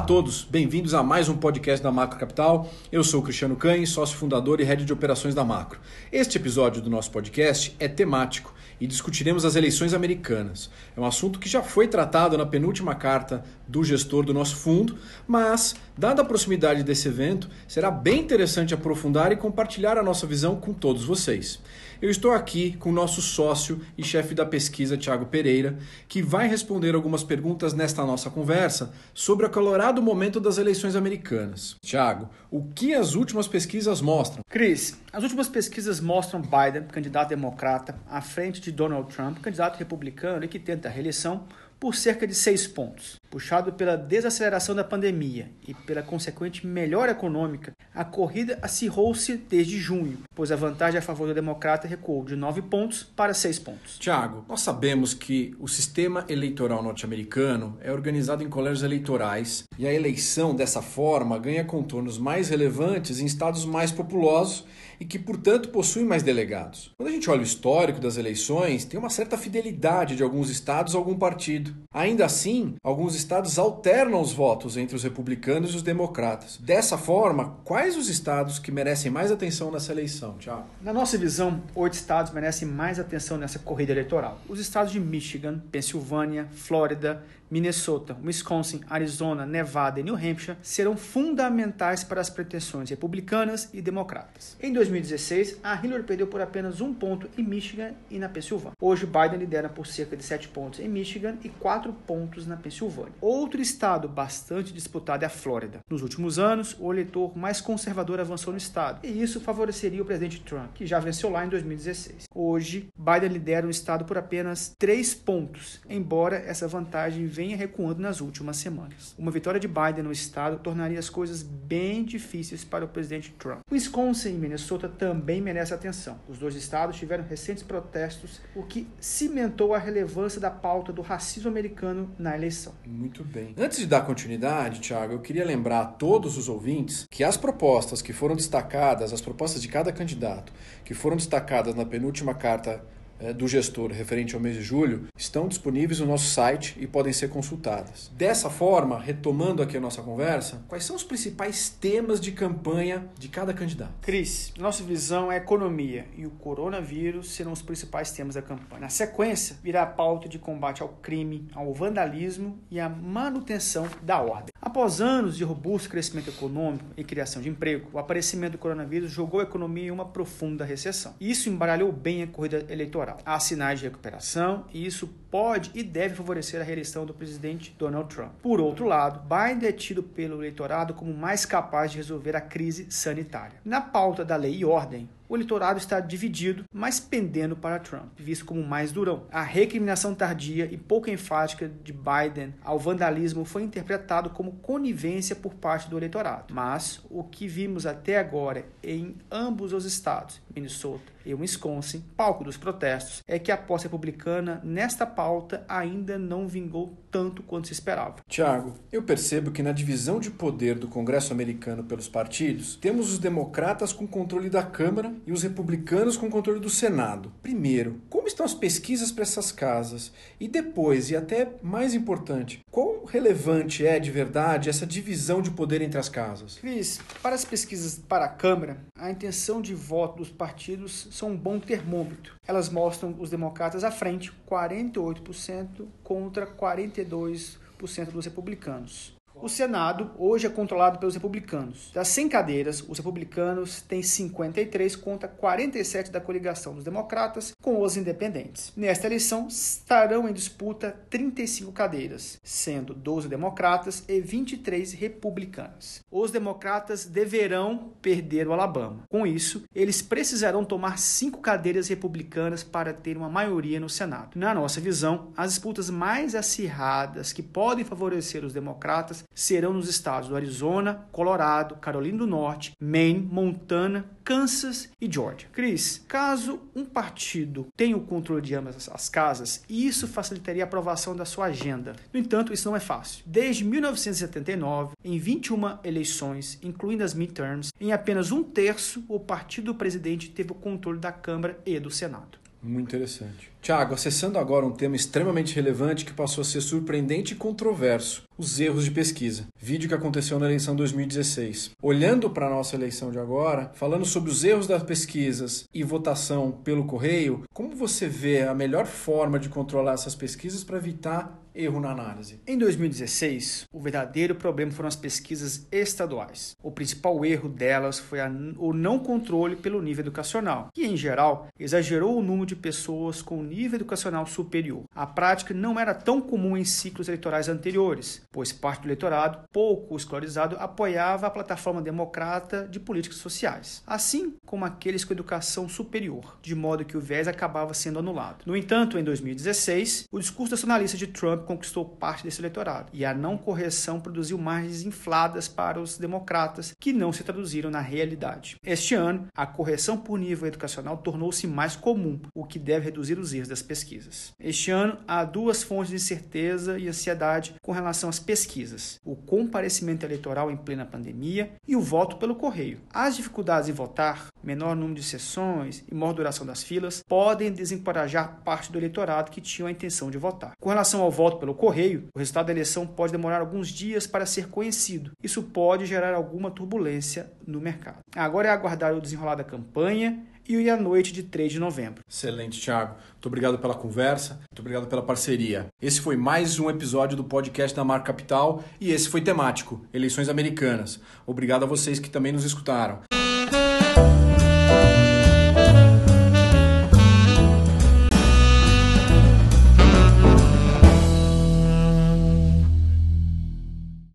todos, bem-vindos a mais um podcast da Macro Capital. Eu sou o Cristiano Canhe, sócio fundador e head de operações da Macro. Este episódio do nosso podcast é temático e discutiremos as eleições americanas. É um assunto que já foi tratado na penúltima carta do gestor do nosso fundo, mas, dada a proximidade desse evento, será bem interessante aprofundar e compartilhar a nossa visão com todos vocês. Eu estou aqui com o nosso sócio e chefe da pesquisa, Thiago Pereira, que vai responder algumas perguntas nesta nossa conversa sobre o acalorado momento das eleições americanas. Thiago, o que as últimas pesquisas mostram? Cris, as últimas pesquisas mostram Biden, candidato democrata, à frente de Donald Trump, candidato republicano e que tenta a reeleição, por cerca de 6 pontos. Puxado pela desaceleração da pandemia e pela consequente melhora econômica, a corrida acirrou-se desde junho, pois a vantagem a favor do democrata recuou de 9 pontos para 6 pontos. Thiago, nós sabemos que o sistema eleitoral norte-americano é organizado em colégios eleitorais e a eleição, dessa forma, ganha contornos mais relevantes em estados mais populosos e que, portanto, possuem mais delegados. Quando a gente olha o histórico das eleições, tem uma certa fidelidade de alguns estados a algum partido. Ainda assim, alguns estados alternam os votos entre os republicanos e os democratas. Dessa forma, quais os estados que merecem mais atenção nessa eleição, Thiago? Na nossa visão, 8 estados merecem mais atenção nessa corrida eleitoral. Os estados de Michigan, Pensilvânia, Flórida, Minnesota, Wisconsin, Arizona, Nevada e New Hampshire serão fundamentais para as pretensões republicanas e democratas. Em 2016, a Hillary perdeu por apenas 1 ponto em Michigan e na Pensilvânia. Hoje, Biden lidera por cerca de 7 pontos em Michigan e 4 pontos na Pensilvânia. Outro estado bastante disputado é a Flórida. Nos últimos anos, o eleitor mais conservador avançou no estado, e isso favoreceria o presidente Trump, que já venceu lá em 2016. Hoje, Biden lidera o estado por apenas 3 pontos, embora essa vantagem venha recuando nas últimas semanas. Uma vitória de Biden no estado tornaria as coisas bem difíceis para o presidente Trump. Wisconsin e Minnesota também merecem atenção. Os dois estados tiveram recentes protestos, o que cimentou a relevância da pauta do racismo americano na eleição. Muito bem. Antes de dar continuidade, Thiago, eu queria lembrar a todos os ouvintes que as propostas que foram destacadas, as propostas de cada candidato, que foram destacadas na penúltima carta do gestor referente ao mês de julho, estão disponíveis no nosso site e podem ser consultadas. Dessa forma, retomando aqui a nossa conversa, quais são os principais temas de campanha de cada candidato? Cris, nossa visão é a economia e o coronavírus serão os principais temas da campanha. Na sequência, virá a pauta de combate ao crime, ao vandalismo e à manutenção da ordem. Após anos de robusto crescimento econômico e criação de emprego, o aparecimento do coronavírus jogou a economia em uma profunda recessão. Isso embaralhou bem a corrida eleitoral. Há sinais de recuperação e isso pode e deve favorecer a reeleição do presidente Donald Trump. Por outro lado, Biden é tido pelo eleitorado como mais capaz de resolver a crise sanitária. Na pauta da lei e ordem, o eleitorado está dividido, mas pendendo para Trump, visto como mais durão. A recriminação tardia e pouco enfática de Biden ao vandalismo foi interpretado como conivência por parte do eleitorado. Mas o que vimos até agora em ambos os estados, Minnesota e Wisconsin, palco dos protestos, é que a aposta republicana nesta pauta ainda não vingou tanto quanto se esperava. Thiago, eu percebo que na divisão de poder do Congresso americano pelos partidos, temos os democratas com controle da Câmara e os republicanos com controle do Senado. Primeiro, como estão as pesquisas para essas casas? E depois, e até mais importante, quão relevante é de verdade essa divisão de poder entre as casas? Cris, para as pesquisas para a Câmara, a intenção de voto dos partidos são um bom termômetro. Elas mostram os democratas à frente, 48% contra 42% dos republicanos. O Senado hoje é controlado pelos republicanos. Das 100 cadeiras, os republicanos têm 53 contra 47 da coligação dos democratas com os independentes. Nesta eleição, estarão em disputa 35 cadeiras, sendo 12 democratas e 23 republicanas. Os democratas deverão perder o Alabama. Com isso, eles precisarão tomar 5 cadeiras republicanas para ter uma maioria no Senado. Na nossa visão, as disputas mais acirradas que podem favorecer os democratas serão nos estados do Arizona, Colorado, Carolina do Norte, Maine, Montana, Kansas e Georgia. Cris, caso um partido tenha o controle de ambas as casas, isso facilitaria a aprovação da sua agenda. No entanto, isso não é fácil. Desde 1979, em 21 eleições, incluindo as midterms, em apenas 1/3, o partido do presidente teve o controle da Câmara e do Senado. Muito interessante. Tiago, acessando agora um tema extremamente relevante que passou a ser surpreendente e controverso, os erros de pesquisa. Vídeo que aconteceu na eleição 2016. Olhando para a nossa eleição de agora, falando sobre os erros das pesquisas e votação pelo correio, como você vê a melhor forma de controlar essas pesquisas para evitar erro na análise? Em 2016, o verdadeiro problema foram as pesquisas estaduais. O principal erro delas foi o não controle pelo nível educacional, que, em geral, exagerou o número de pessoas com nível educacional superior. A prática não era tão comum em ciclos eleitorais anteriores, pois parte do eleitorado, pouco escolarizado, apoiava a plataforma democrata de políticas sociais, assim como aqueles com educação superior, de modo que o viés acabava sendo anulado. No entanto, em 2016, o discurso nacionalista de Trump conquistou parte desse eleitorado, e a não correção produziu margens infladas para os democratas, que não se traduziram na realidade. Este ano, a correção por nível educacional tornou-se mais comum, o que deve reduzir os erros das pesquisas. Este ano, há duas fontes de incerteza e ansiedade com relação às pesquisas: o comparecimento eleitoral em plena pandemia e o voto pelo correio. As dificuldades em votar, menor número de sessões e maior duração das filas podem desencorajar parte do eleitorado que tinha a intenção de votar. Com relação ao voto pelo correio, o resultado da eleição pode demorar alguns dias para ser conhecido. Isso pode gerar alguma turbulência no mercado. Agora é aguardar o desenrolar da campanha e a noite de 3 de novembro. Excelente, Tiago. Muito obrigado pela conversa, muito obrigado pela parceria. Esse foi mais um episódio do podcast da Macro Capital e esse foi temático, eleições americanas. Obrigado a vocês que também nos escutaram.